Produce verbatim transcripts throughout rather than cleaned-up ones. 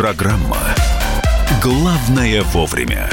Программа «Главное вовремя».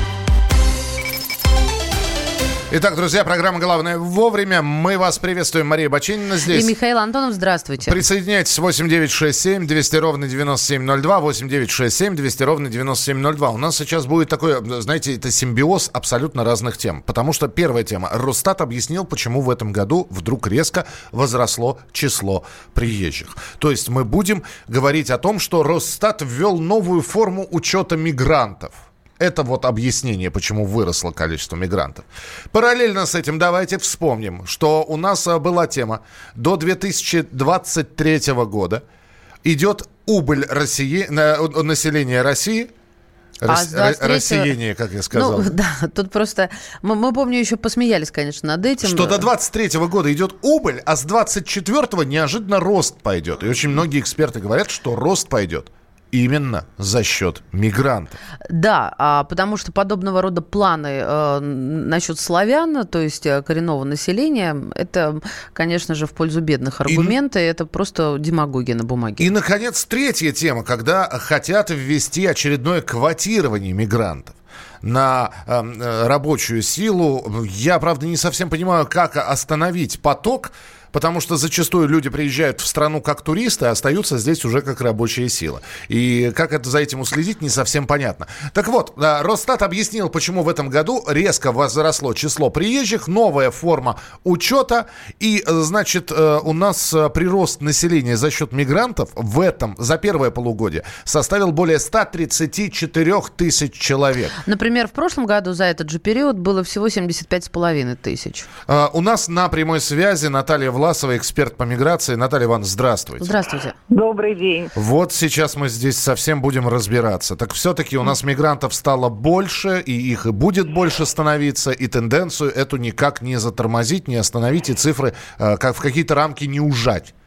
Итак, друзья, программа «Главное вовремя». Мы вас приветствуем. Мария Баченина здесь. И Михаил Антонов. Здравствуйте. Присоединяйтесь. восемь девятьсот шестьдесят семь двести ровно девяносто семь ноль два. восемь девятьсот шестьдесят семь двести ровно девяносто семь ноль два. У нас сейчас будет такой, знаете, это симбиоз абсолютно разных тем. Потому что первая тема. Росстат объяснил, почему в этом году вдруг резко возросло число приезжих. То есть мы будем говорить о том, что Росстат ввел новую форму учета мигрантов. Это вот объяснение, почему выросло количество мигрантов. Параллельно с этим давайте вспомним, что у нас была тема. До две тысячи двадцать третьего года идет убыль России, населения России. Рас, а Россияние, как я сказал. Ну, да, тут просто... Мы, мы, помню, еще посмеялись, конечно, над этим. Что до двадцать третьего года идет убыль, а с двадцать четвёртого неожиданно рост пойдет. И очень многие эксперты говорят, что рост пойдет именно за счет мигрантов. Да, а, потому что подобного рода планы э, насчет славян, то есть коренного населения, это, конечно же, в пользу бедных аргументы, и... это просто демагогия на бумаге. И, наконец, третья тема, когда хотят ввести очередное квотирование мигрантов на э, рабочую силу. Я, правда, не совсем понимаю, как остановить поток, потому что зачастую люди приезжают в страну как туристы, а остаются здесь уже как рабочая сила. И как это за этим уследить, не совсем понятно. Так вот, Росстат объяснил, почему в этом году резко возросло число приезжих, новая форма учета. И, значит, у нас прирост населения за счет мигрантов в этом, за первое полугодие, составил более сто тридцать четыре тысяч человек. Например, в прошлом году за этот же период было всего семьдесят пять с половиной тысяч. У нас на прямой связи Наталья Власова, Власова, эксперт по миграции. Наталья Ивановна, здравствуйте. Здравствуйте. Добрый день. Вот сейчас мы здесь совсем будем разбираться. Так все-таки у нас мигрантов стало больше, и их и будет больше становиться, и тенденцию эту никак не затормозить, не остановить, и цифры э, как в какие-то рамки не ужать.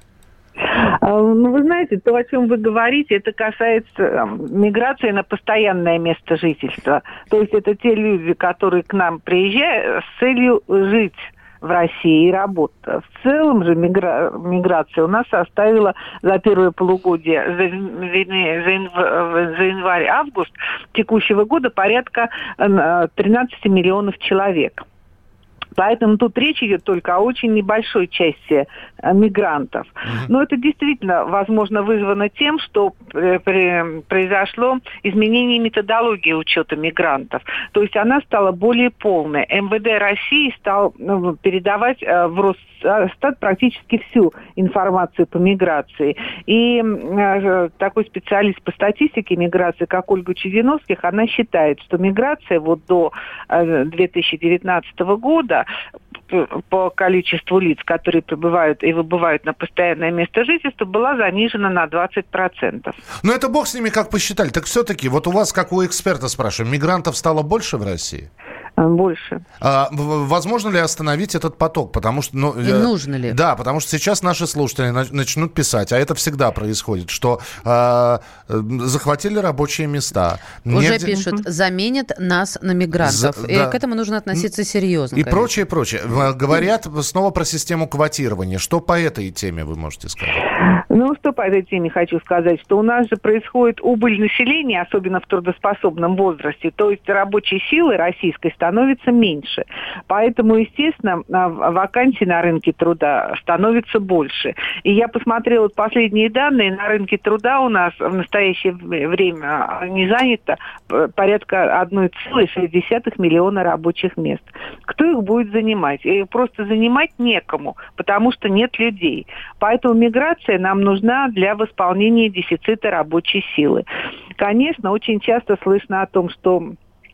Ну, вы знаете, то, о чем вы говорите, это касается миграции на постоянное место жительства. То есть это те люди, которые к нам приезжают с целью жить в России и работа. В целом же мигра... миграция у нас составила за первое полугодие, за, за, янв... за январь-август текущего года порядка тринадцать миллионов человек. Поэтому тут речь идет только о очень небольшой части э, мигрантов. Mm-hmm. Но это действительно, возможно, вызвано тем, что при, при, произошло изменение методологии учета мигрантов. То есть она стала более полной. эм вэ дэ России стал ну, передавать э, в Росстат практически всю информацию по миграции. И э, такой специалист по статистике миграции, как Ольга Чудиновских, она считает, что миграция вот до э, две тысячи девятнадцатого года по количеству лиц, которые прибывают и выбывают на постоянное место жительства, была занижена на двадцать процентов. Но это бог с ними, как посчитали. Так все-таки, вот у вас, как у эксперта спрашиваем, мигрантов стало больше в России? Больше. А, возможно ли остановить этот поток? Потому что, ну, и нужно ли? Да, потому что сейчас наши слушатели начнут писать, а это всегда происходит, что э, захватили рабочие места. Уже негде... пишут, заменят нас на мигрантов. За, и да. К этому нужно относиться серьезно. И конечно. прочее, прочее. Говорят снова про систему квотирования. Что по этой теме вы можете сказать? Ну, что по этой теме хочу сказать, что у нас же происходит убыль населения, особенно в трудоспособном возрасте, то есть рабочей силы российской становится меньше. Поэтому, естественно, вакансий на рынке труда становится больше. И я посмотрела последние данные, на рынке труда у нас в настоящее время не занято порядка одна целая шесть десятых миллиона рабочих мест. Кто их будет занимать? И просто занимать некому, потому что нет людей. Поэтому миграция нам нужна для восполнения дефицита рабочей силы. Конечно, очень часто слышно о том, что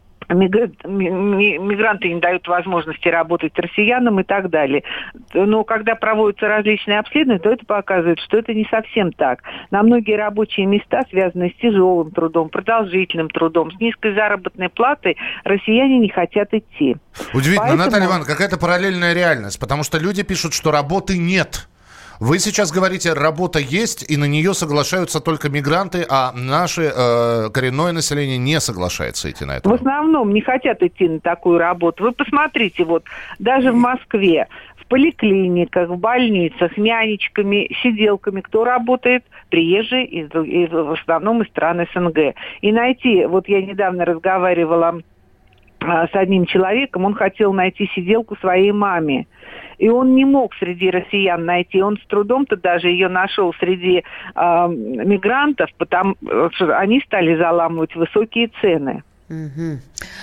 мигранты не дают возможности работать россиянам и так далее. Но когда проводятся различные обследования, то это показывает, что это не совсем так. На многие рабочие места, связанные с тяжелым трудом, продолжительным трудом, с низкой заработной платой, россияне не хотят идти. Удивительно, Поэтому... Наталья Ивановна, какая-то параллельная реальность, потому что люди пишут, что работы нет. Вы сейчас говорите, работа есть, и на нее соглашаются только мигранты, а наше э, коренное население не соглашается идти на это. В основном не хотят идти на такую работу. Вы посмотрите, вот даже в Москве, в поликлиниках, в больницах, нянечками, сиделками, кто работает? Приезжие, из, из, в основном из стран СНГ. И найти, вот я недавно разговаривала а, с одним человеком, он хотел найти сиделку своей маме. И он не мог среди россиян найти. Он с трудом-то даже ее нашел среди э, мигрантов, потому что они стали заламывать высокие цены. Угу.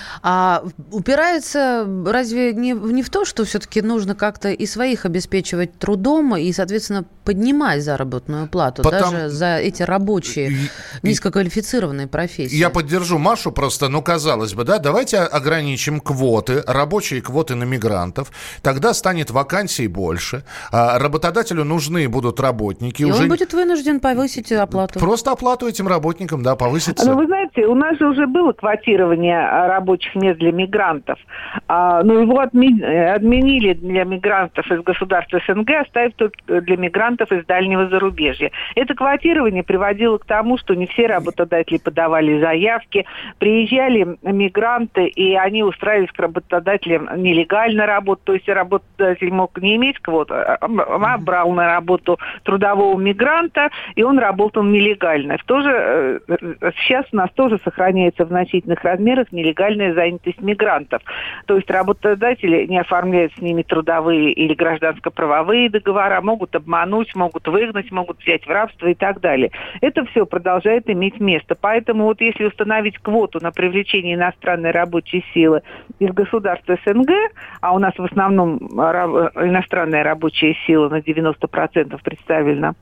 А упирается разве не, не в то, что все-таки нужно как-то и своих обеспечивать трудом и, соответственно, поднимать заработную плату, Потому... даже за эти рабочие и, низкоквалифицированные профессии? Я поддержу Машу просто, ну, казалось бы, да, давайте ограничим квоты, рабочие квоты на мигрантов, тогда станет вакансий больше, а работодателю нужны будут работники. И уже... он будет вынужден повысить оплату. Просто оплату этим работникам, да, повысится. Ну, вы знаете, у нас же уже было квотирование рабочих мест для мигрантов. А, но его отми... отменили для мигрантов из государств СНГ, оставив только для мигрантов из дальнего зарубежья. Это квотирование приводило к тому, что не все работодатели подавали заявки, приезжали мигранты, и они устраивались к работодателям нелегально работать, то есть работодатель мог не иметь квоту, а брал на работу трудового мигранта, и он работал нелегально. В то же, сейчас у нас тоже сохраняется в значительных размерах нелегальная занятость мигрантов. То есть работодатели не оформляют с ними трудовые или гражданско-правовые договора, могут обмануть, могут выгнать, могут взять в рабство и так далее. Это все продолжает иметь место. Поэтому вот если установить квоту на привлечение иностранной рабочей силы из государств СНГ, а у нас в основном иностранная рабочая сила на девяносто процентов представлена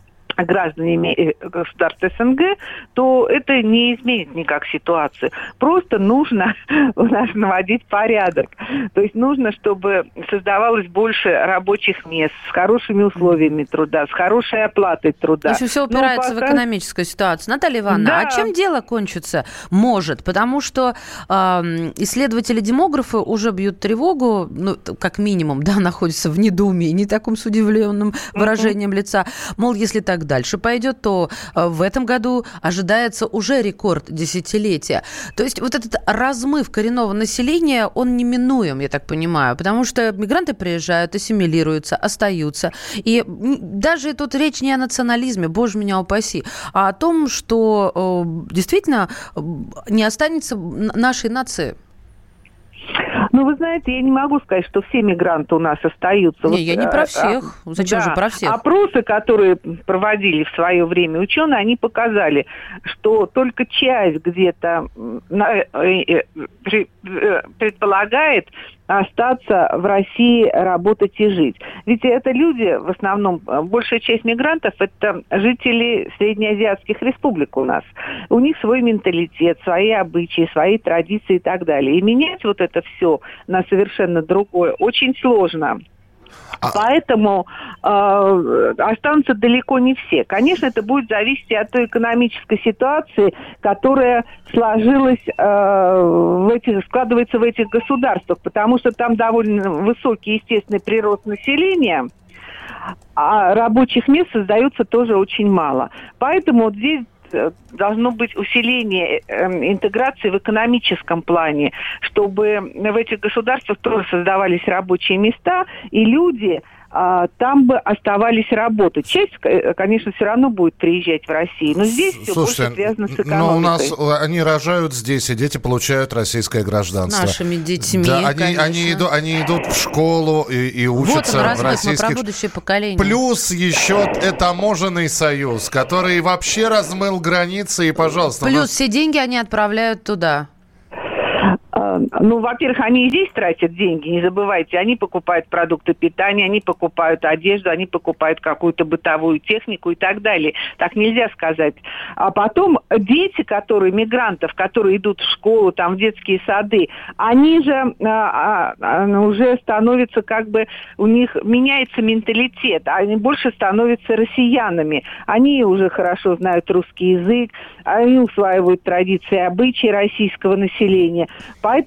гражданами государств СНГ, то это не изменит никак ситуацию. Просто нужно у нас наводить порядок. То есть нужно, чтобы создавалось больше рабочих мест с хорошими условиями труда, с хорошей оплатой труда. В общем, все упирается пока... в экономическую ситуацию. Наталья Ивановна, да. А чем дело кончится? Может, потому что э, исследователи-демографы уже бьют тревогу, ну, как минимум, да, находятся в недоумении, не таком с удивленным выражением mm-hmm. лица. Мол, если так дальше пойдет, то в этом году ожидается уже рекорд десятилетия. То есть вот этот размыв коренного населения, он неминуем, я так понимаю, потому что мигранты приезжают, ассимилируются, остаются. И даже тут речь не о национализме, боже меня упаси, а о том, что действительно не останется нашей нации. Ну, вы знаете, я не могу сказать, что все мигранты у нас остаются. Не, вот, я не про всех. А, Зачем да. же про всех? Опросы, которые проводили в свое время ученые, они показали, что только часть где-то предполагает остаться в России, работать и жить. Ведь это люди, в основном, большая часть мигрантов, это жители среднеазиатских республик у нас. У них свой менталитет, свои обычаи, свои традиции и так далее. И менять вот это все на совершенно другое очень сложно. А... Поэтому э, останутся далеко не все. Конечно, это будет зависеть от той экономической ситуации, которая сложилась, э, в этих, складывается в этих государствах, потому что там довольно высокий естественный прирост населения, а рабочих мест создается тоже очень мало. Поэтому вот здесь должно быть усиление э, интеграции в экономическом плане, чтобы в этих государствах тоже создавались рабочие места, и люди а, там бы оставались работать. Часть, конечно, все равно будет приезжать в Россию, но здесь все Слушайте, больше связано с экономикой. Но у нас они рожают здесь, и дети получают российское гражданство. Нашими детьми, да, они, они, идут, они идут в школу и, и учатся вот он, в российских... Мы про будущее поколение. Плюс еще таможенный союз, который вообще размыл границы, и, пожалуйста... Плюс нас... все деньги они отправляют туда. Ну, во-первых, они и здесь тратят деньги, не забывайте. Они покупают продукты питания, они покупают одежду, они покупают какую-то бытовую технику и так далее. Так нельзя сказать. А потом дети, которые, мигрантов, которые идут в школу, там, в детские сады, они же а, а, уже становятся как бы, у них меняется менталитет, они больше становятся россиянами. Они уже хорошо знают русский язык, они усваивают традиции и обычаи российского населения. Поэтому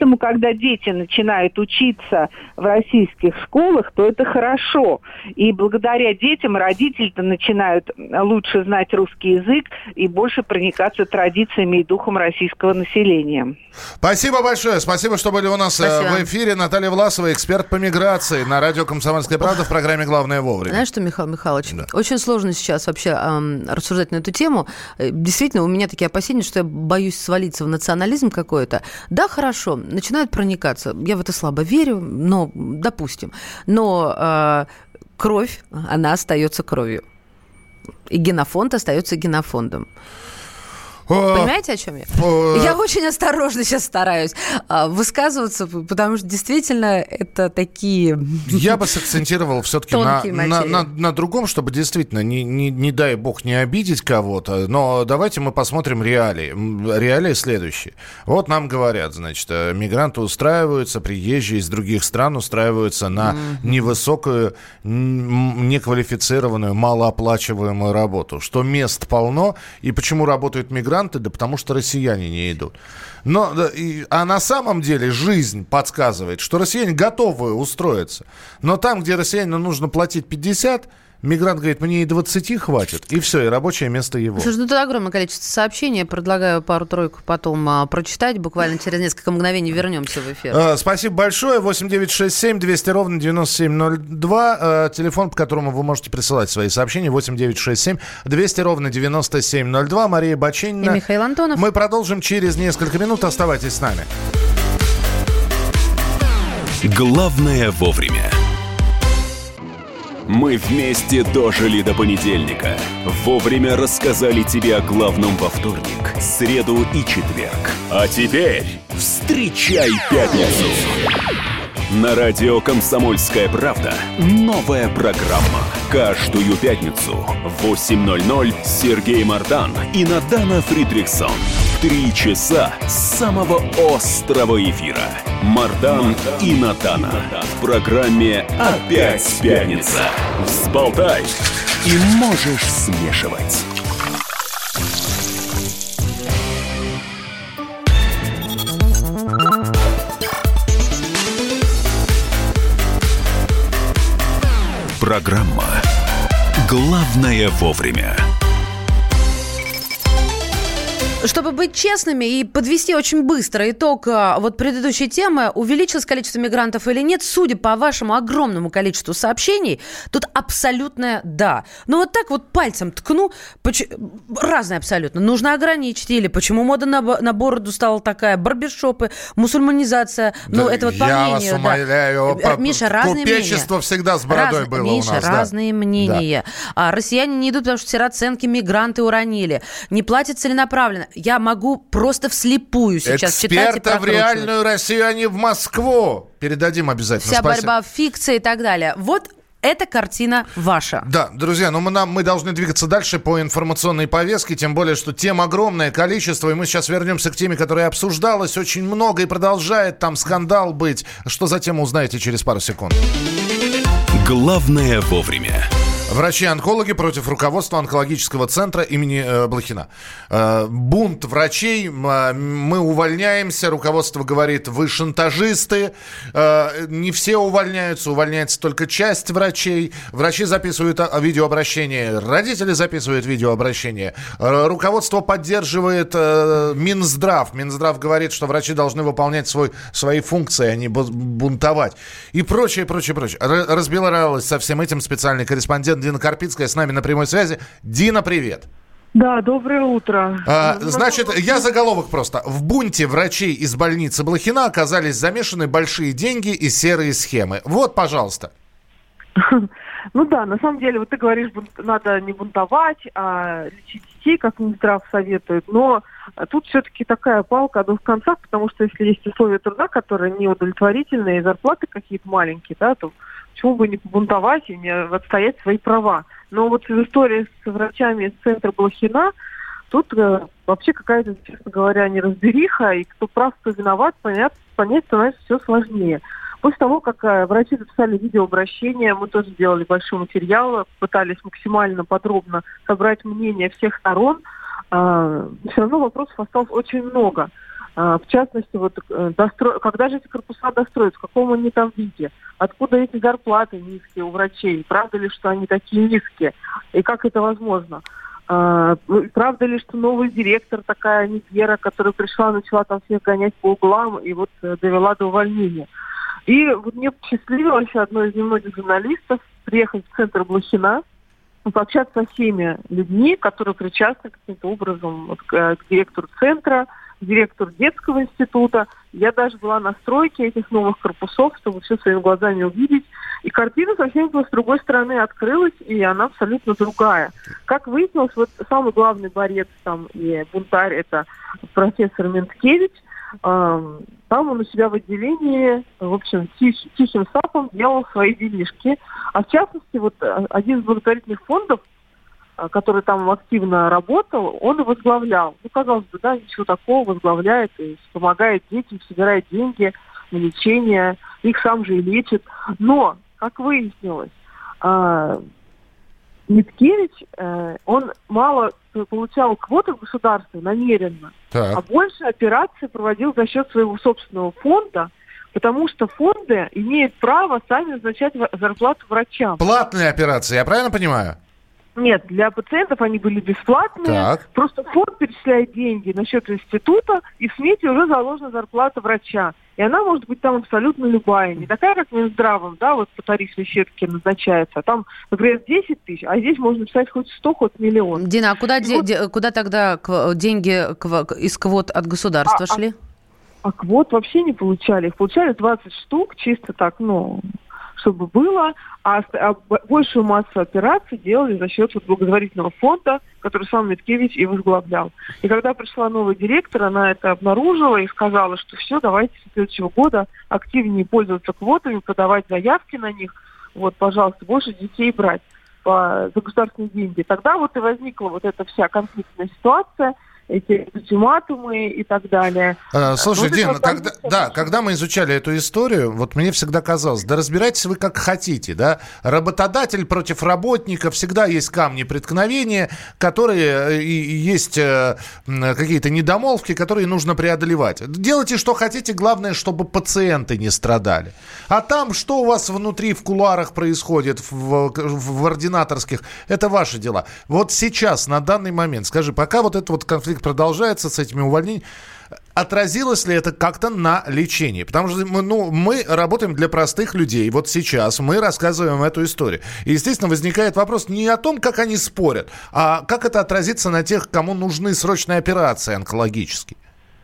Поэтому, когда дети начинают учиться в российских школах, то это хорошо. И благодаря детям родители-то начинают лучше знать русский язык и больше проникаться традициями и духом российского населения. Спасибо большое. Спасибо, что были у нас Спасибо. в эфире. Наталья Власова, эксперт по миграции на радио «Комсомольская правда» в программе «Главное вовремя». Знаешь что, Михаил Михайлович, да. очень сложно сейчас вообще эм, рассуждать на эту тему. Действительно, у меня такие опасения, что я боюсь свалиться в национализм какой-то. Да, хорошо, начинают проникаться. Я в это слабо верю, но допустим. Но э, кровь, она остается кровью. И генофонд остается генофондом. Понимаете, о чем я? Я очень осторожно сейчас стараюсь высказываться, потому что действительно это такие... Я бы сакцентировал все-таки на, на, на, на другом, чтобы действительно, не, не, не дай бог, не обидеть кого-то, но давайте мы посмотрим реалии. Реалии следующие. Вот нам говорят, значит, мигранты устраиваются, приезжие из других стран устраиваются на mm-hmm. невысокую, неквалифицированную, малооплачиваемую работу, что мест полно, и почему работают мигранты? Да потому что россияне не идут. Но, и, а на самом деле жизнь подсказывает, что россияне готовы устроиться. Но там, где россиянину нужно платить пятьдесят, мигрант говорит, мне и двадцати хватит, и все, и рабочее место его. Слушай, ну тут огромное количество сообщений. Я предлагаю пару-тройку потом а, прочитать. Буквально через несколько мгновений вернемся в эфир. А, спасибо большое. восемь девятьсот шестьдесят семь двести ровно девяносто семь ноль два. А, телефон, по которому вы можете присылать свои сообщения. восемь девятьсот шестьдесят семь двести ровно девяносто семь ноль два. Мария Баченина. И Михаил Антонов. Мы продолжим через несколько минут. Оставайтесь с нами. Главное вовремя. Мы вместе дожили до понедельника. Вовремя рассказали тебе о главном во вторник, среду и четверг. А теперь встречай пятницу. На радио «Комсомольская правда» новая программа. Каждую пятницу в восемь ноль ноль Сергей Мардан и Надана Фридрихсон. Три часа самого острого эфира. Мардан и Надана. В программе «Опять пятница». Взболтай и можешь смешивать. Программа «Главное вовремя». Чтобы быть честными и подвести очень быстро итог вот предыдущей темы, увеличилось количество мигрантов или нет, судя по вашему огромному количеству сообщений, тут абсолютное «да». Но вот так вот пальцем ткну, поч... разное абсолютно. Нужно ограничить или почему мода на, на бороду стала такая, барбершопы, мусульманизация. Ну, да, это вот по я мнению. Вас умоляю, да. Миша, разные мнения. Купечество всегда с бородой Раз... было Миша, у нас. разные да. мнения. Да. А, россияне не идут, потому что все расценки мигранты уронили. Не платят целенаправленно. Я могу просто вслепую сейчас читать и прокручивать. Эксперта в реальную Россию, а не в Москву. Передадим обязательно. Вся Спасибо. борьба в фикции и так далее. Вот эта картина ваша. Да, друзья, но мы, нам, мы должны двигаться дальше по информационной повестке, тем более, что тем огромное количество, и мы сейчас вернемся к теме, которая обсуждалась очень много и продолжает там скандал быть. Что за тему, узнаете через пару секунд. Главное вовремя. Врачи-онкологи против руководства онкологического центра имени э, Блохина. Э, бунт врачей, э, мы увольняемся, руководство говорит, вы шантажисты. Э, не все увольняются, увольняется только часть врачей. Врачи записывают видеообращение, родители записывают видеообращение. Э, руководство поддерживает э, Минздрав. Минздрав говорит, что врачи должны выполнять свой, свои функции, а не бунтовать. И прочее, прочее, прочее. Разбиралась со всем этим специальный корреспондент Дина Карпицкая с нами на прямой связи. Дина, привет. Да, доброе утро. А, значит, я заголовок просто. В бунте врачей из больницы Блохина оказались замешаны большие деньги и серые схемы. Вот, пожалуйста. Ну да, на самом деле, вот ты говоришь, надо не бунтовать, а лечить детей, как Минздрав советует. Но тут все-таки такая палка о двух концах, потому что если есть условия труда, которые неудовлетворительные, и зарплаты какие-то маленькие, да, то почему бы не побунтовать и не отстоять свои права. Но вот в истории с врачами из центра Блохина тут э, вообще какая-то, честно говоря, неразбериха, и кто прав, кто виноват, понять, понять становится все сложнее. После того, как э, врачи записали видеообращение, мы тоже сделали большой материал, пытались максимально подробно собрать мнение всех сторон, э, все равно вопросов осталось очень много. В частности, вот достро... когда же эти корпуса достроят, в каком они там виде, откуда эти зарплаты низкие у врачей, правда ли, что они такие низкие, и как это возможно? Правда ли, что новый директор, такая Нигера, которая пришла, начала там всех гонять по углам и вот довела до увольнения. И вот мне посчастливилось одной из немногих журналистов приехать в центр Блохина, пообщаться со всеми людьми, которые причастны каким-то образом вот, к, к директору центра, к директору детского института. Я даже была на стройке этих новых корпусов, чтобы все своими глазами увидеть. И картина совсем с другой стороны открылась, и она абсолютно другая. Как выяснилось, вот самый главный борец там и бунтарь – это профессор Менткевич. Там он у себя в отделении, в общем, тих, тихим сапом делал свои делишки. А в частности, вот один из благотворительных фондов, который там активно работал, он и возглавлял. Ну, казалось бы, да, ничего такого, возглавляет и помогает детям, собирает деньги на лечение, их сам же и лечит. Но, как выяснилось, Миткевич, он мало получал квоты в государстве намеренно, так. а больше операций проводил за счет своего собственного фонда, потому что фонды имеют право сами назначать зарплату врачам. Платные операции, я правильно понимаю? Нет, для пациентов они были бесплатные. Так. Просто фонд перечисляет деньги на счет института, и в смете уже заложена зарплата врача. И она может быть там абсолютно любая. Не такая, как в Минздравом, да, вот по тарифной сетке назначается. А там, например, десять тысяч, а здесь можно писать хоть сто, хоть миллион. Дина, а куда, де- вот... де- куда тогда деньги из квот от государства а, шли? А, а квот вообще не получали. Их получали двадцать штук, чисто так, ну... чтобы было, а, а большую массу операций делали за счет вот благотворительного фонда, который сам Миткевич и возглавлял. И когда пришла новый директор, она это обнаружила и сказала, что все, давайте с следующего года активнее пользоваться квотами, подавать заявки на них, вот, пожалуйста, больше детей брать по, за государственные деньги. Тогда вот и возникла вот эта вся конфликтная ситуация, эти ультиматумы и так далее. А, слушай, ну, Дина, когда, да, когда мы изучали эту историю, вот мне всегда казалось, да разбирайтесь вы как хотите, да, работодатель против работника, всегда есть камни преткновения, которые, и, и есть э, какие-то недомолвки, которые нужно преодолевать. Делайте, что хотите, главное, чтобы пациенты не страдали. А там, что у вас внутри в кулуарах происходит, в, в, в ординаторских, это ваши дела. Вот сейчас, на данный момент, скажи, пока вот этот вот конфликт продолжается с этими увольнениями, отразилось ли это как-то на лечении? Потому что мы, ну, мы работаем для простых людей. Вот сейчас мы рассказываем эту историю. И, естественно, возникает вопрос не о том, как они спорят, а как это отразится на тех, кому нужны срочные операции онкологические.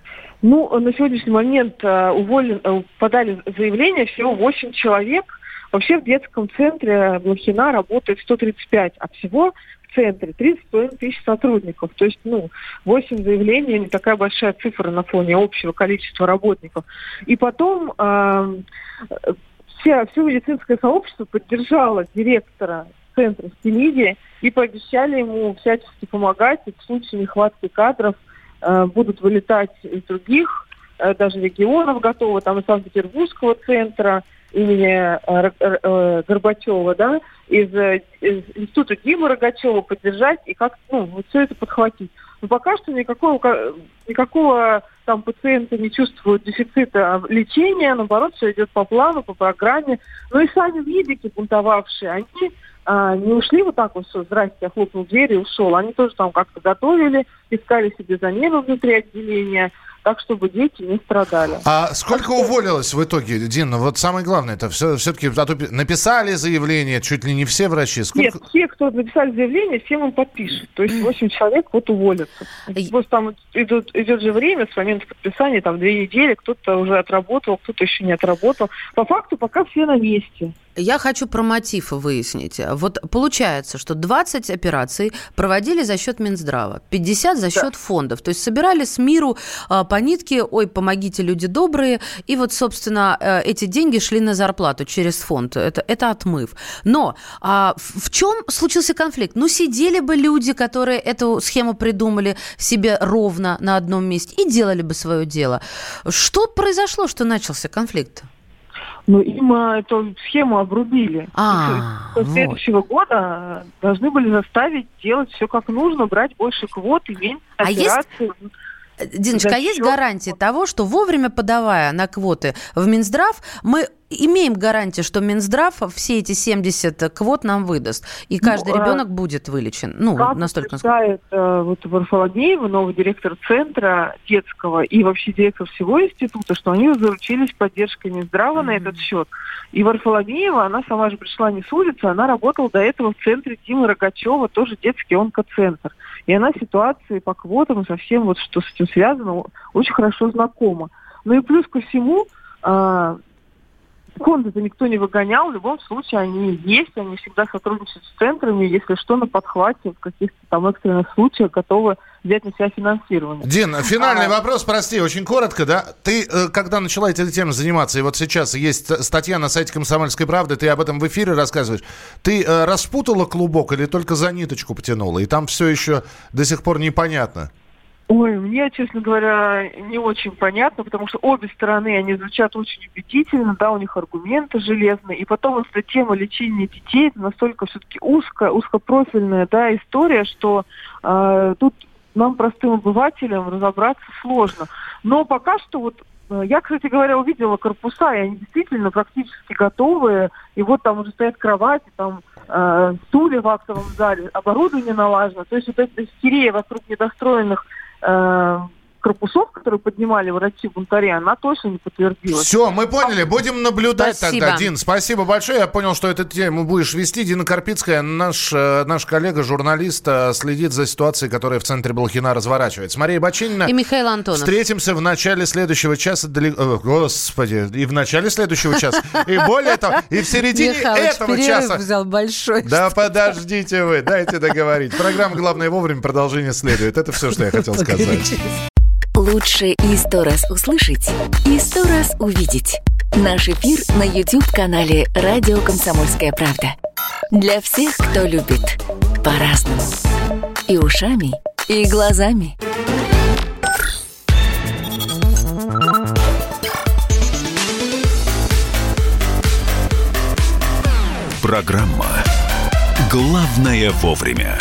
Ну, на сегодняшний момент uh, уволен, uh, подали заявление всего восемь человек. Вообще в детском центре Блохина работает сто тридцать пять, а всего в центре тридцать с половиной тысяч сотрудников. То есть, ну, восемь заявлений, не такая большая цифра на фоне общего количества работников. И потом э, все, все медицинское сообщество поддержало директора центра Стимиди и пообещали ему всячески помогать. И в случае нехватки кадров э, будут вылетать из других, э, даже регионов готовы, там из Санкт-Петербургского центра имени Горбачева, да, из, из института Димы Рогачева поддержать и как, ну, вот все это подхватить. Но пока что никакого, никакого там пациента не чувствует дефицита лечения, наоборот, все идет по плану, по программе. Но и сами медики, бунтовавшие, они а, не ушли вот так вот, все, здрасте, я хлопнул дверь и ушел. Они тоже там как-то готовили, искали себе замену внутри отделения, так, чтобы дети не страдали. А сколько уволилось в итоге, Дина? Вот самое главное, это все, все-таки написали заявление, чуть ли не все врачи. Сколько... Нет, все, кто написали заявление, всем им подпишут. То есть восемь человек вот уволятся. Просто там идет, идет же время с момента подписания, там две недели, кто-то уже отработал, кто-то еще не отработал. По факту пока все на месте. Я хочу про мотив выяснить. Вот получается, что двадцать операций проводили за счет Минздрава, пятьдесят за счет да. фондов. То есть собирали с миру а, по нитке, ой, помогите, люди добрые. И вот, собственно, эти деньги шли на зарплату через фонд. Это, это отмыв. Но а, в чем случился конфликт? Ну, сидели бы люди, которые эту схему придумали себе ровно на одном месте и делали бы свое дело. Что произошло, что начался конфликт? Ну, им эту схему обрубили. А, С следующего вот. года должны были заставить делать все как нужно, брать больше квот, иметь операции. А есть... Диночка, а есть гарантия того, что вовремя подавая на квоты в Минздрав, мы имеем гарантию, что Минздрав все эти семьдесят квот нам выдаст, и каждый ну, ребенок а... будет вылечен? Ну, как настолько... утверждает э, вот Варфоломеева, новый директор центра детского и вообще директор всего института, что они заручились поддержкой Минздрава mm-hmm. на этот счет. И Варфоломеева, она сама же пришла не с улицы, она работала до этого в центре Димы Рогачева, тоже детский онкоцентр. И она ситуации по квотам и со всем, вот, что с этим связано, очень хорошо знакома. Ну и плюс ко всему... Э, Фонды-то никто не выгонял, в любом случае они есть, они всегда сотрудничают с центрами, если что, на подхвате, в каких-то там экстренных случаях готовы взять на себя финансирование. Дин, финальный а... вопрос, прости, очень коротко, да? Ты, когда начала этой темой заниматься, и вот сейчас есть статья на сайте «Комсомольской правды», ты об этом в эфире рассказываешь, ты э, распутала клубок или только за ниточку потянула? И там все еще до сих пор непонятно. Ой, мне, честно говоря, не очень понятно, потому что обе стороны, они звучат очень убедительно, да, у них аргументы железные. И потом эта тема лечения детей, это настолько все-таки узкая, узкопрофильная, да, история, что э, тут нам, простым обывателям, разобраться сложно. Но пока что вот я, кстати говоря, увидела корпуса, и они действительно практически готовые. И вот там уже стоят кровати, там э, стулья в актовом зале, оборудование налажено. То есть вот эта истерия вокруг недостроенных э, корпусов, которые поднимали врачи-бунтари, она точно не подтвердилась. Все, мы поняли. Будем наблюдать спасибо. Тогда. Дин, спасибо большое. Я понял, что эту тему будешь вести. Дина Карпицкая, наш, наш коллега, журналист, следит за ситуацией, которая в центре Блохина разворачивается. Мария Бачинина. И Михаил Антонов. Встретимся в начале следующего часа. Господи, и в начале следующего часа. И более того, и в середине этого часа. Взял большой. Да подождите вы, дайте договорить. Программа «Главное вовремя», продолжение следует. Это все, что я хотел сказать. Лучше и сто раз услышать, и сто раз увидеть. Наш эфир на YouTube-канале «Радио Комсомольская правда». Для всех, кто любит по-разному. И ушами, и глазами. Программа «Главное вовремя».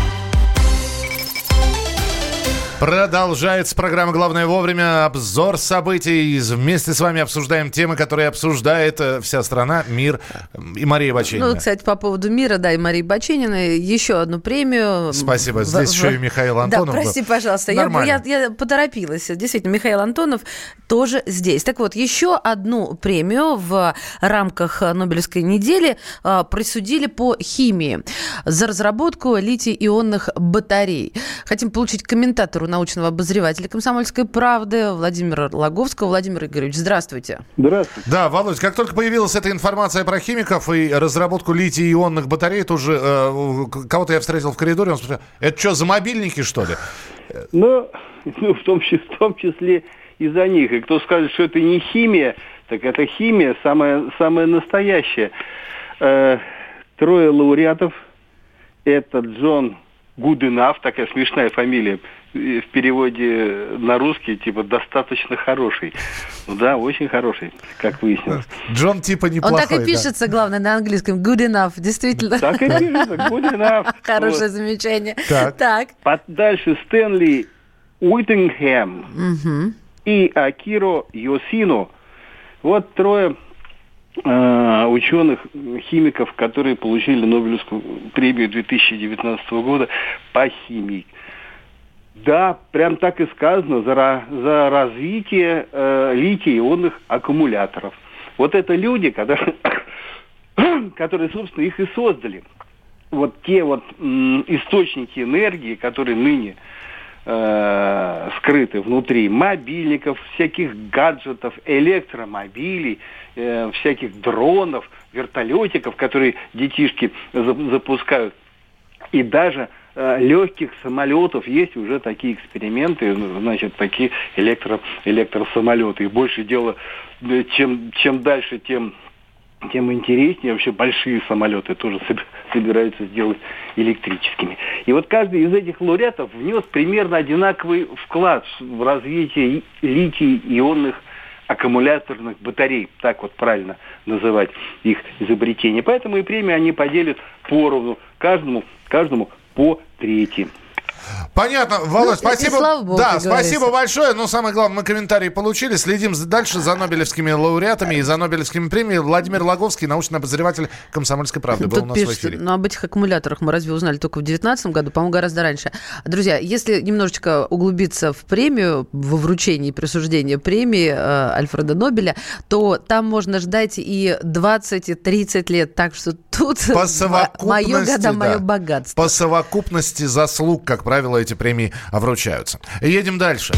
Продолжается программа «Главное вовремя». Обзор событий. Вместе с вами обсуждаем темы, которые обсуждает вся страна, мир и Мария Бачинина. Ну, кстати, по поводу мира, да, и Марии Бачининой еще одну премию. Спасибо. Здесь в... еще и Михаил Антонов. Да, прости, пожалуйста. Я, я, я поторопилась. Действительно, Михаил Антонов тоже здесь. Так вот, еще одну премию в рамках Нобелевской недели а, присудили по химии за разработку литий-ионных батарей. Хотим получить комментатору научного обозревателя «Комсомольской правды» Владимира Логовского. Владимир Игоревич, здравствуйте. Здравствуйте. Да, Володь, как только появилась эта информация про химиков и разработку литий-ионных батарей, тут же э, кого-то я встретил в коридоре, он спросил, это что, за мобильники, что ли? Ну, ну в, том числе, в том числе из-за них. И кто скажет, что это не химия, так это химия, самая, самая настоящая. Э, трое лауреатов. Это Джон Гуденаф, такая смешная фамилия, в переводе на русский, типа, достаточно хороший. Ну да, очень хороший, как выяснилось. Джон типа неплохой. Он так и пишется, да. Главное, на английском. Good enough, действительно. Так и пишется, good enough. Хорошее вот. Замечание. Так. так. Дальше Стэнли Уиттингхэм угу. и Акиро Йосино. Вот трое э, ученых, химиков, которые получили Нобелевскую премию две тысячи девятнадцатого года по химии. Да, прям так и сказано, за, за развитие э, литий-ионных аккумуляторов. Вот это люди, которые, которые, собственно, их и создали. Вот те вот м, источники энергии, которые ныне э, скрыты внутри мобильников, всяких гаджетов, электромобилей, э, всяких дронов, вертолетиков, которые детишки за, запускают. И даже э, легких самолетов есть уже такие эксперименты, значит, такие электро, электросамолеты. И больше дела, чем, чем дальше, тем, тем интереснее. Вообще большие самолеты тоже собираются сделать электрическими. И вот каждый из этих лауреатов внес примерно одинаковый вклад в развитие литий-ионных аккумуляторных батарей, так вот правильно называть их изобретение. Поэтому и премии они поделят поровну, каждому, каждому по трети. Понятно. Володь, Ну, и- и спасибо. слава богу, да, как спасибо говорится. большое. Но самое главное, мы комментарии получили. Следим за- дальше за нобелевскими лауреатами и за нобелевскими премиями. Владимир Логовский, научный обозреватель «Комсомольской правды», был Тут у нас пишут, в эфире. ну, об этих аккумуляторах мы разве узнали только в девятнадцатом году, по-моему, гораздо раньше. Друзья, если немножечко углубиться в премию, во вручение и присуждение премии э, Альфреда Нобеля, то там можно ждать и двадцать, и тридцать лет. Так что тут По совокупности, мое года, да. мое богатство. По совокупности заслуг, как правило, эти премии вручаются. Едем дальше.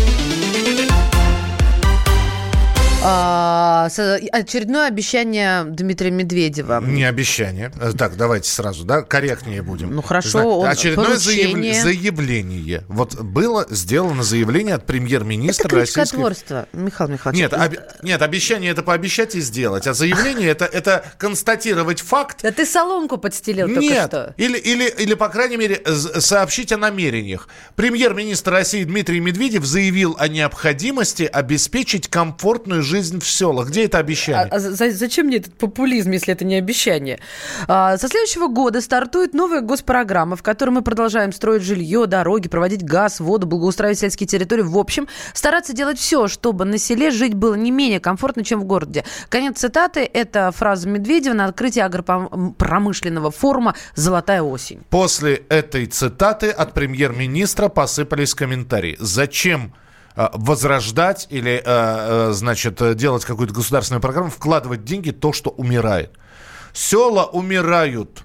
А, с- очередное обещание Дмитрия Медведева. Не обещание. Э, Так, давайте сразу, да, корректнее будем. Ну, хорошо, Зна- он- Очередное заявле- поручение. заявление. Вот было сделано заявление от премьер-министра Это Российской... крючкотворство, Михаил Михайлович. Нет, об- нет, обещание это пообещать и сделать, а заявление это, это констатировать факт. Да ты соломку подстелил только Нет, что. или, или, или, по крайней мере, з- сообщить о намерениях. Премьер-министр России Дмитрий Медведев заявил о необходимости обеспечить комфортную жизнь в селах. Где это обещание? А, а за- зачем мне этот популизм, если это не обещание? А, со следующего года стартует новая госпрограмма, в которой мы продолжаем строить жилье, дороги, проводить газ, воду, благоустраивать сельские территории. В общем, стараться делать все, чтобы на селе жить было не менее комфортно, чем в городе. Конец цитаты. Это фраза Медведева на открытии агропромышленного форума «Золотая осень». После этой цитаты от премьер-министра посыпались комментарии. Зачем э, возрождать или, э, э, значит, э, делать какую-то государственную программу, вкладывать деньги в то, что умирает? Села умирают.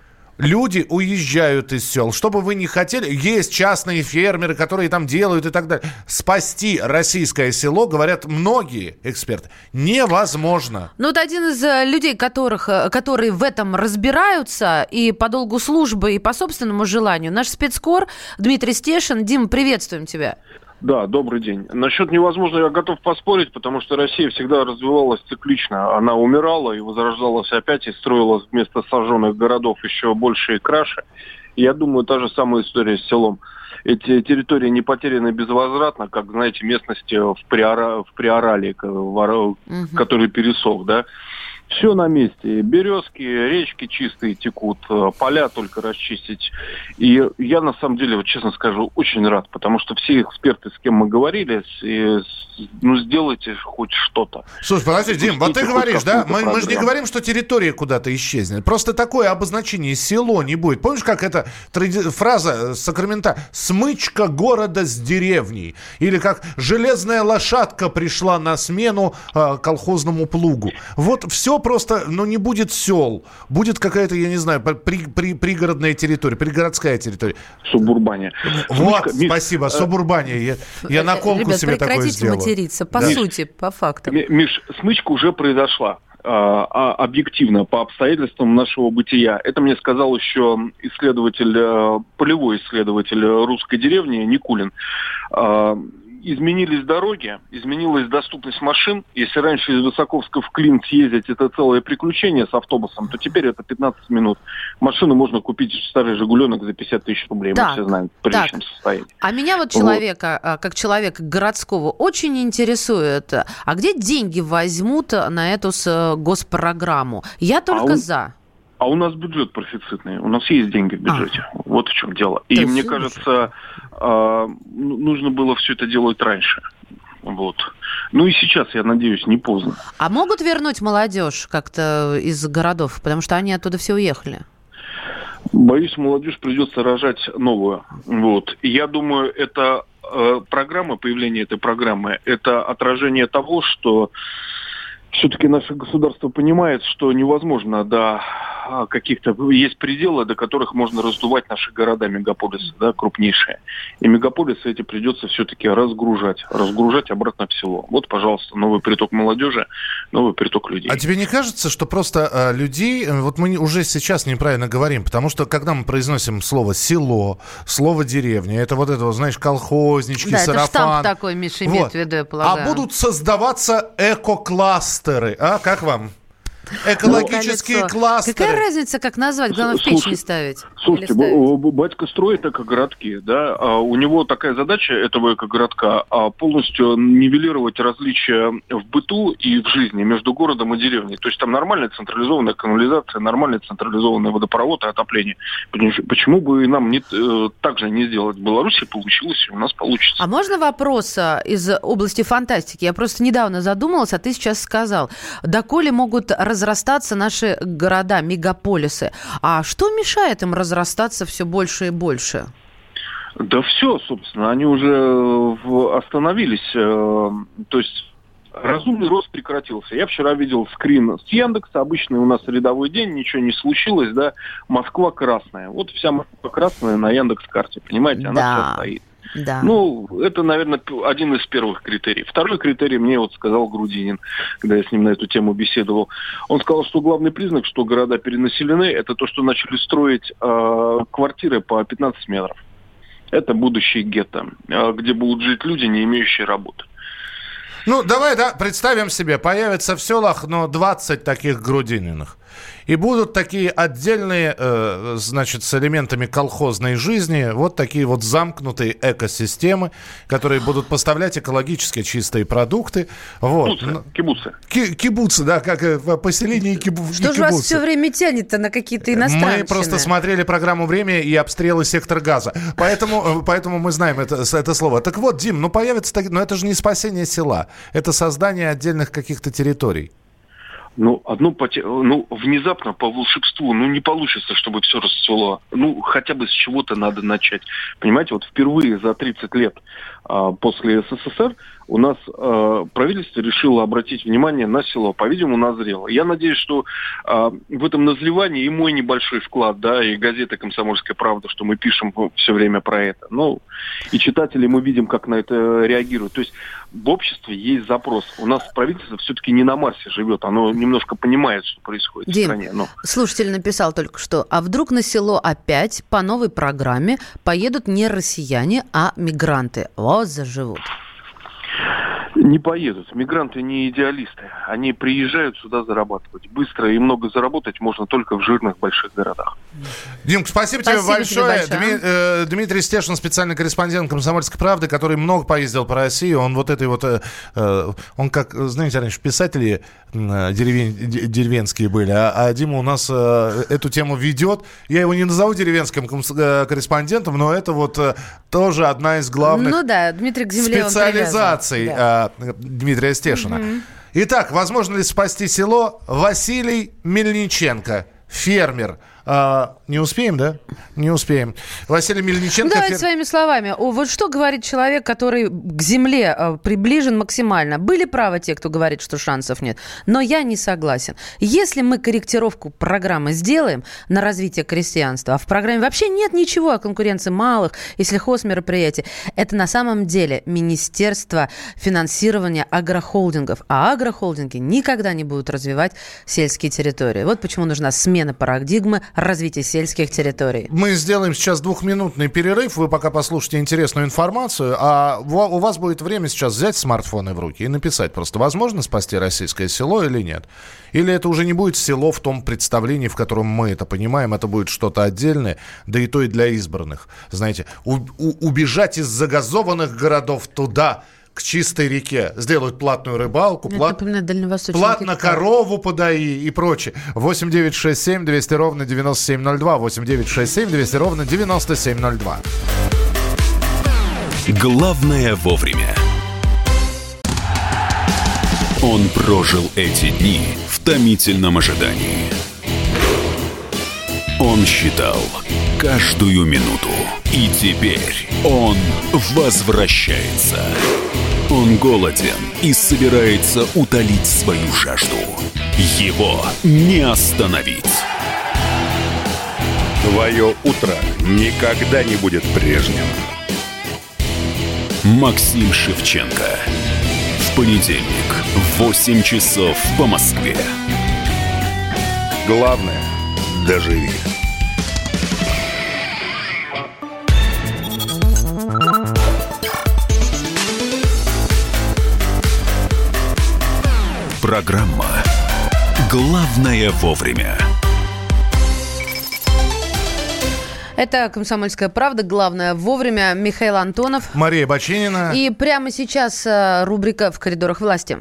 Люди уезжают из сел. Что бы вы ни хотели, есть частные фермеры, которые там делают и так далее. Спасти российское село, говорят многие эксперты, невозможно. Ну, вот один из э, людей, которых, э, которые в этом разбираются и по долгу службы, и по собственному желанию, наш спецкор Дмитрий Стешин. Дим, приветствуем тебя. Да, добрый день. Насчет невозможно я готов поспорить, потому что Россия всегда развивалась циклично. Она умирала и возрождалась опять, и строила вместо сожженных городов еще больше и краше. И я думаю, та же самая история с селом. Эти территории не потеряны безвозвратно, как, знаете, местности в, Приора... в Приорале, угу. который пересох, да. Все на месте. Березки, речки чистые текут, поля только расчистить. И я, на самом деле, вот честно скажу, очень рад, потому что все эксперты, с кем мы говорили, с, ну, сделайте хоть что-то. Слушай, подожди, Дим, вот ты говоришь, да, мы, мы же не говорим, что территория куда-то исчезнет. Просто такое обозначение село не будет. Помнишь, как эта тради... фраза Сакрамента «смычка города с деревней»? Или как «железная лошадка пришла на смену э, колхозному плугу». Вот все просто, ну, не будет сел. Будет какая-то, я не знаю, при, при, пригородная территория, пригородская территория. Субурбания. Вот, Смычка, спасибо, Миш, субурбания. Я, я наколку Ребят, себе такое прекратите сделал. материться, по Да. сути, по фактам. Миш, смычка уже произошла. А, объективно, по обстоятельствам нашего бытия. Это мне сказал еще исследователь, полевой исследователь русской деревни Никулин. Изменились дороги, изменилась доступность машин. Если раньше из Высоковска в Клин съездить это целое приключение с автобусом, то теперь это пятнадцать минут. Машину можно купить в старый «Жигуленок» за пятьдесят тысяч рублей, Так, мы все знаем, в приличном так. состоянии. А меня вот человека, вот. как человека городского, очень интересует, а где деньги возьмут на эту госпрограмму? Я только а у... за. А у нас бюджет профицитный, у нас есть деньги в бюджете. А. Вот в чем дело. И То мне есть... кажется, э, нужно было все это делать раньше. Вот. Ну и сейчас, я надеюсь, не поздно. А могут вернуть молодежь как-то из городов? Потому что они оттуда все уехали. Боюсь, молодежь придется рожать новую. Вот. И я думаю, это э, программа, появление этой программы, это отражение того, что все-таки наше государство понимает, что невозможно до каких-то... Есть пределы, до которых можно раздувать наши города, мегаполисы, да, крупнейшие. И мегаполисы эти придется все-таки разгружать. Разгружать обратно в село. Вот, пожалуйста, новый приток молодежи, новый приток людей. А тебе не кажется, что просто э, людей... Вот мы уже сейчас неправильно говорим, потому что, когда мы произносим слово «село», слово «деревня», это вот это, вот, знаешь, колхознички, да, сарафан. Это штамп такой, Миша, имеет вот. в виду, я полагаю. А будут создаваться эко-кластеры. А, как вам? Экологические Но... кластеры. Какая разница, как назвать? Главное, в печь не ставить. Слушайте, батька строит экогородки, да, а у него такая задача этого экогородка а полностью нивелировать различия в быту и в жизни между городом и деревней. То есть там нормальная централизованная канализация, нормальный централизованный водопровод и отопление. Почему бы и нам не, так же не сделать? В Беларуси получилось, и у нас получится. А можно вопрос из области фантастики? Я просто недавно задумалась, а ты сейчас сказал. Доколе могут разрастаться наши города, мегаполисы? А что мешает им разрастаться все больше и больше? Да все, собственно, они уже остановились. То есть разумный рост прекратился. Я вчера видел скрин с Яндекса. Обычный у нас рядовой день, ничего не случилось, да. Москва красная. Вот вся Москва красная на Яндекс.Карте, понимаете, она да. сейчас стоит. Да. Ну, это, наверное, один из первых критериев. Второй критерий мне вот сказал Грудинин, когда я с ним на эту тему беседовал. Он сказал, что главный признак, что города перенаселены, это то, что начали строить э, квартиры по пятнадцать метров. Это будущее гетто, э, где будут жить люди, не имеющие работы. Ну, давай, да, представим себе, появится в селах, ну, двадцать таких Грудининых. И будут такие отдельные, э, значит, с элементами колхозной жизни, вот такие вот замкнутые экосистемы, которые будут поставлять экологически чистые продукты. Вот. Кибуцы. Ки- кибуцы, да, как э, поселение кибу- Что кибуцы. же вас все время тянет-то на какие-то иностранщины? Мы просто смотрели программу «Время» и обстрелы «Сектор газа». Поэтому, поэтому мы знаем это, это слово. Так вот, Дим, ну появится... Но это же не спасение села. Это создание отдельных каких-то территорий. Ну, одно поте... ну, внезапно по волшебству, ну, не получится, чтобы все расцвело. Ну, хотя бы с чего-то надо начать. Понимаете, вот впервые за тридцать лет а, после СССР у нас а, правительство решило обратить внимание на село. По-видимому, назрело. Я надеюсь, что а, в этом назревании и мой небольшой вклад, да, и газета «Комсомольская правда», что мы пишем все время про это. Ну, и читатели мы видим, как на это реагируют. То есть в обществе есть запрос. У нас правительство все-таки не на Марсе живет, оно немножко понимает, что происходит Дим, в стране. Но... слушатель написал только что, а вдруг на село опять по новой программе поедут не россияне, а мигранты? Вот заживут. Не поедут. Мигранты не идеалисты. Они приезжают сюда зарабатывать. Быстро и много заработать можно только в жирных больших городах. Димка, спасибо, спасибо тебе большое. Тебе большое. Дми, э, Дмитрий Стешин, специальный корреспондент «Комсомольской правды», который много поездил по России. Он вот этой вот... Э, он как, знаете, раньше писатели э, деревень, деревенские были, а, а Дима у нас э, эту тему ведет. Я его не назову деревенским корреспондентом, но это вот э, тоже одна из главных ну да, Дмитрий к земле специализаций да. э, Дмитрия Стешина. Угу. Итак, возможно ли спасти село? Василий Мельниченко, фермер. А, не успеем, да? Не успеем. Василий Мельниченко... Давайте фер... своими словами. О, вот что говорит человек, который к земле а, приближен максимально. Были правы те, кто говорит, что шансов нет. Но я не согласен. Если мы корректировку программы сделаем на развитие крестьянства, а в программе вообще нет ничего о конкуренции малых и сельхозмероприятий, это на самом деле Министерство финансирования агрохолдингов. А агрохолдинги никогда не будут развивать сельские территории. Вот почему нужна смена парадигмы развития сельских территорий. Мы сделаем сейчас двухминутный перерыв. Вы пока послушайте интересную информацию. А у вас будет время сейчас взять смартфоны в руки и написать просто, возможно спасти российское село или нет. Или это уже не будет село в том представлении, в котором мы это понимаем. Это будет что-то отдельное, да и то и для избранных. Знаете, у- у- убежать из загазованных городов туда, к чистой реке, сделают платную рыбалку, плат... платно корову подаи и прочее. восемь девять шесть семь двести ровно девяносто семь ноль два. восемь девять шесть семь двести ровно девяносто семь ноль два. Главное вовремя. Он прожил эти дни в томительном ожидании. Он считал каждую минуту. И теперь он возвращается. Он голоден и собирается утолить свою жажду. Его не остановить. Твое утро никогда не будет прежним. Максим Шевченко. В понедельник в восемь часов по Москве. Главное – доживи. Программа Главное вовремя. Это «Комсомольская правда». Главное вовремя. Михаил Антонов. Мария Баченина. И прямо сейчас рубрика «В коридорах власти».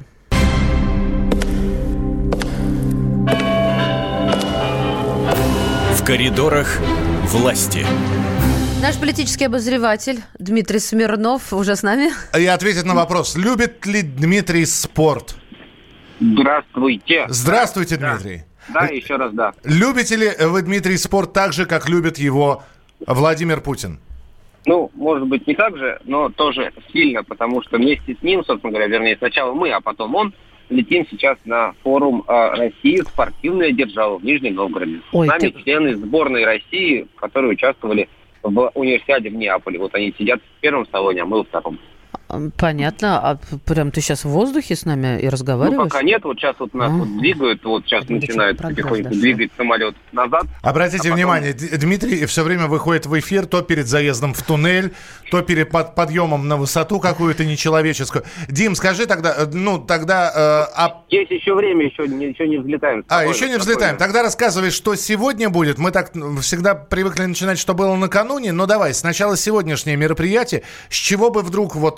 В коридорах власти. Наш политический обозреватель Дмитрий Смирнов уже с нами. И ответит на вопрос, любит ли Дмитрий спорт? Здравствуйте. Здравствуйте, да. Дмитрий. Да, еще раз да. Любите ли вы, Дмитрий, спорт так же, как любит его Владимир Путин? Ну, может быть, не так же, но тоже сильно, потому что вместе с ним, собственно говоря, вернее, сначала мы, а потом он, летим сейчас на форум э, России «Спортивная держава» в Нижнем Новгороде. Ой, с нами ты... члены сборной России, которые участвовали в универсиаде в Неаполе. Вот они сидят в первом салоне, а мы во втором. Понятно. А прям ты сейчас в воздухе с нами и разговариваешь? Ну, пока нет. Вот сейчас вот нас вот двигают, вот сейчас начинают потихоньку двигать самолет назад. Обратите а потом... внимание, Дмитрий все время выходит в эфир то перед заездом в туннель, то перед под подъемом на высоту какую-то нечеловеческую. Дим, скажи тогда, ну, тогда... Э, а... Есть еще время, еще не, еще не взлетаем. Спокойно, а, еще не взлетаем. Спокойно. Тогда рассказывай, что сегодня будет. Мы так всегда привыкли начинать, что было накануне. Но давай, сначала сегодняшнее мероприятие. С чего бы вдруг вот...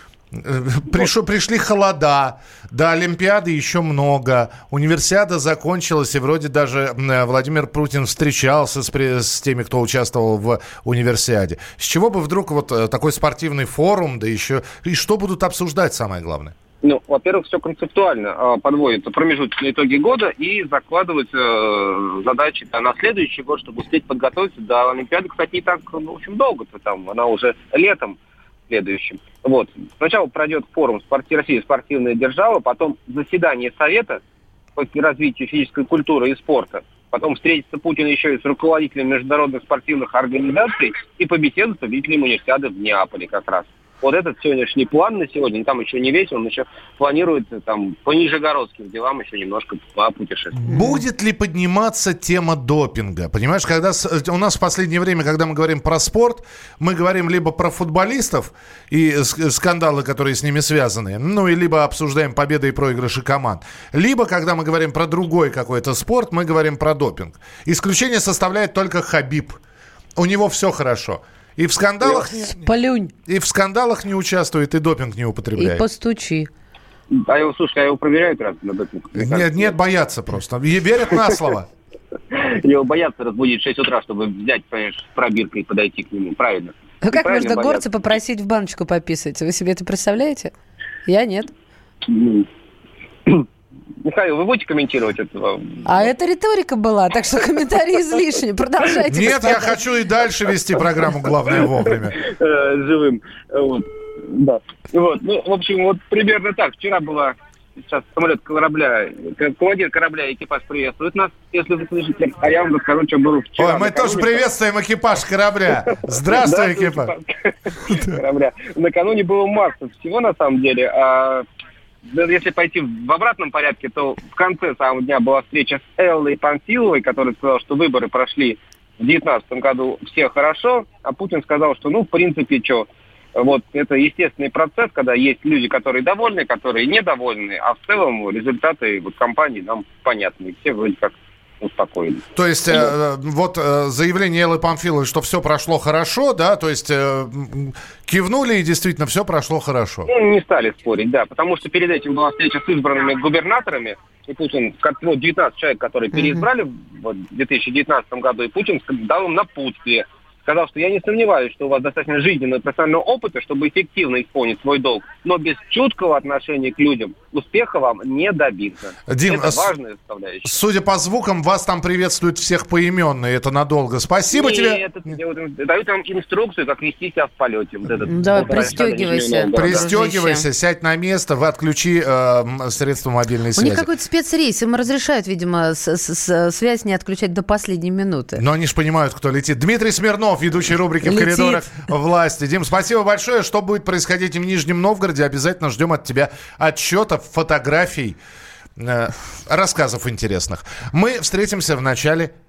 Пришо, пришли холода, до Олимпиады еще много, универсиада закончилась, и вроде даже Владимир Путин встречался с, с теми, кто участвовал в универсиаде. С чего бы вдруг вот такой спортивный форум, да еще, и что будут обсуждать, самое главное? Ну, во-первых, все концептуально подводится промежуточные итоги года и закладываются э, задачи да, на следующий год, чтобы успеть подготовиться до Олимпиады. Кстати, не так, ну, в общем, долго-то там, она уже летом следующим. Вот. Сначала пройдет форум спорти... России «Спортивная держава», потом заседание Совета по развитию физической культуры и спорта. Потом встретится Путин еще и с руководителем международных спортивных организаций и побеседует с победителем универсиады в Неаполе как раз. Вот этот сегодняшний план на сегодня, там еще не весь, он еще планирует там по нижегородским делам еще немножко попутешествовать. Будет ли подниматься тема допинга? Понимаешь, когда у нас в последнее время, когда мы говорим про спорт, мы говорим либо про футболистов и скандалы, которые с ними связаны, ну и либо обсуждаем победы и проигрыши команд, либо, когда мы говорим про другой какой-то спорт, мы говорим про допинг. Исключение составляет только Хабиб. У него все хорошо. И в скандалах Сплюнь. И в скандалах не участвует, и допинг не употребляет. И постучи. А его, слушай, а его проверяют раз на допинг? Нет, нет, боятся просто. И верят на слово. Его боятся разбудить в шесть утра, чтобы взять, понимаешь, с пробиркой и подойти к нему. Правильно. Ну как можно горца попросить в баночку пописать? Вы себе это представляете? Я нет. Михаил, вы будете комментировать это? А это риторика была, так что комментарии излишни. Продолжайте. Нет, господа. Я хочу и дальше вести программу «Главное вовремя». Живым. Вот. Да. Вот. Ну, в общем, вот примерно так. Вчера была сейчас самолет корабля, командир корабля, экипаж приветствует нас, если вы слышите. А я вам расскажу, что было вчера. Ой, мы тоже приветствуем экипаж корабля. Здравствуй, экипаж. Корабля. Накануне было масса всего, на самом деле. Если пойти в обратном порядке, то в конце самого дня была встреча с Эллой Памфиловой, которая сказала, что выборы прошли в две тысячи девятнадцатом году все хорошо, а Путин сказал, что, ну, в принципе, что, вот это естественный процесс, когда есть люди, которые довольны, которые недовольны, а в целом результаты вот кампании нам понятны, и все вроде как успокоились. То есть э, вот э, заявление Эллы Памфиловой, что все прошло хорошо, да, то есть э, кивнули и действительно все прошло хорошо. Ну, не стали спорить, да, потому что перед этим была встреча с избранными губернаторами, и Путин, ну, девятнадцать человек, которые переизбрали mm-hmm. вот, в две тысячи девятнадцатом году, и Путин дал им напутствие. Сказал, что я не сомневаюсь, что у вас достаточно жизненного и профессионального опыта, чтобы эффективно исполнить свой долг, но без чуткого отношения к людям успеха вам не добиться. Дим, это важная составляющая. Судя по звукам, вас там приветствуют всех поименно, и это надолго. Спасибо Нет, тебе. Это, Нет. Дают вам инструкцию, как вести себя в полете. Вот этот, да, вот пристегивайся. Да, пристегивайся, да. Сядь на место, отключи э, средства мобильной связи. У них какой-то спецрейс, им разрешают, видимо, с- с- связь не отключать до последней минуты. Но они же понимают, кто летит. Дмитрий Смирнов, ведущий рубрики «В коридорах власти». Дим, спасибо большое. Что будет происходить в Нижнем Новгороде? Обязательно ждем от тебя отчетов, фотографий, э, рассказов интересных. Мы встретимся в начале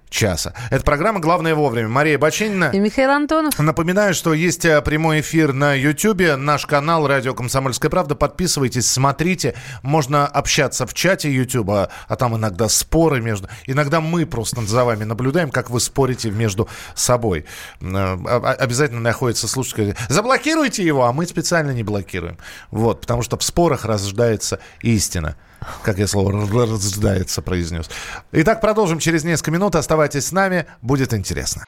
часа. Это программа «Главное вовремя». Мария Баченина. И Михаил Антонов. Напоминаю, что есть прямой эфир на Ютьюбе. Наш канал «Радио Комсомольская правда». Подписывайтесь, смотрите. Можно общаться в чате Ютьюба, а там иногда споры между... Иногда мы просто за вами наблюдаем, как вы спорите между собой. Обязательно находится слушатель. Заблокируйте его, а мы специально не блокируем. Вот, потому что в спорах рождается истина. Как я слово «рождается» произнес. Итак, продолжим через несколько минут. Оставайтесь с нами, будет интересно.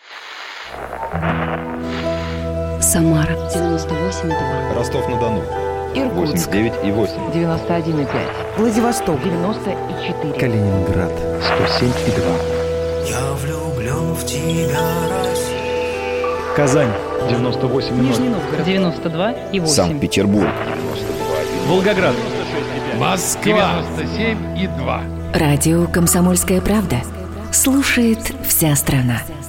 Самара девяносто восемь и два. Ростов-на-Дону Иркутск восемьдесят девять и восемь. девяносто один и пять. Владивосток девяносто и четыре. Калининград сто семь и два. Я влюблен в тебя, Россия. Казань девяносто восемь и ноль. Нижний Новгород девяносто два и восемь. Санкт-Петербург Волгоград Москва девяносто семь и два. Радио «Комсомольская правда». Слушает вся страна.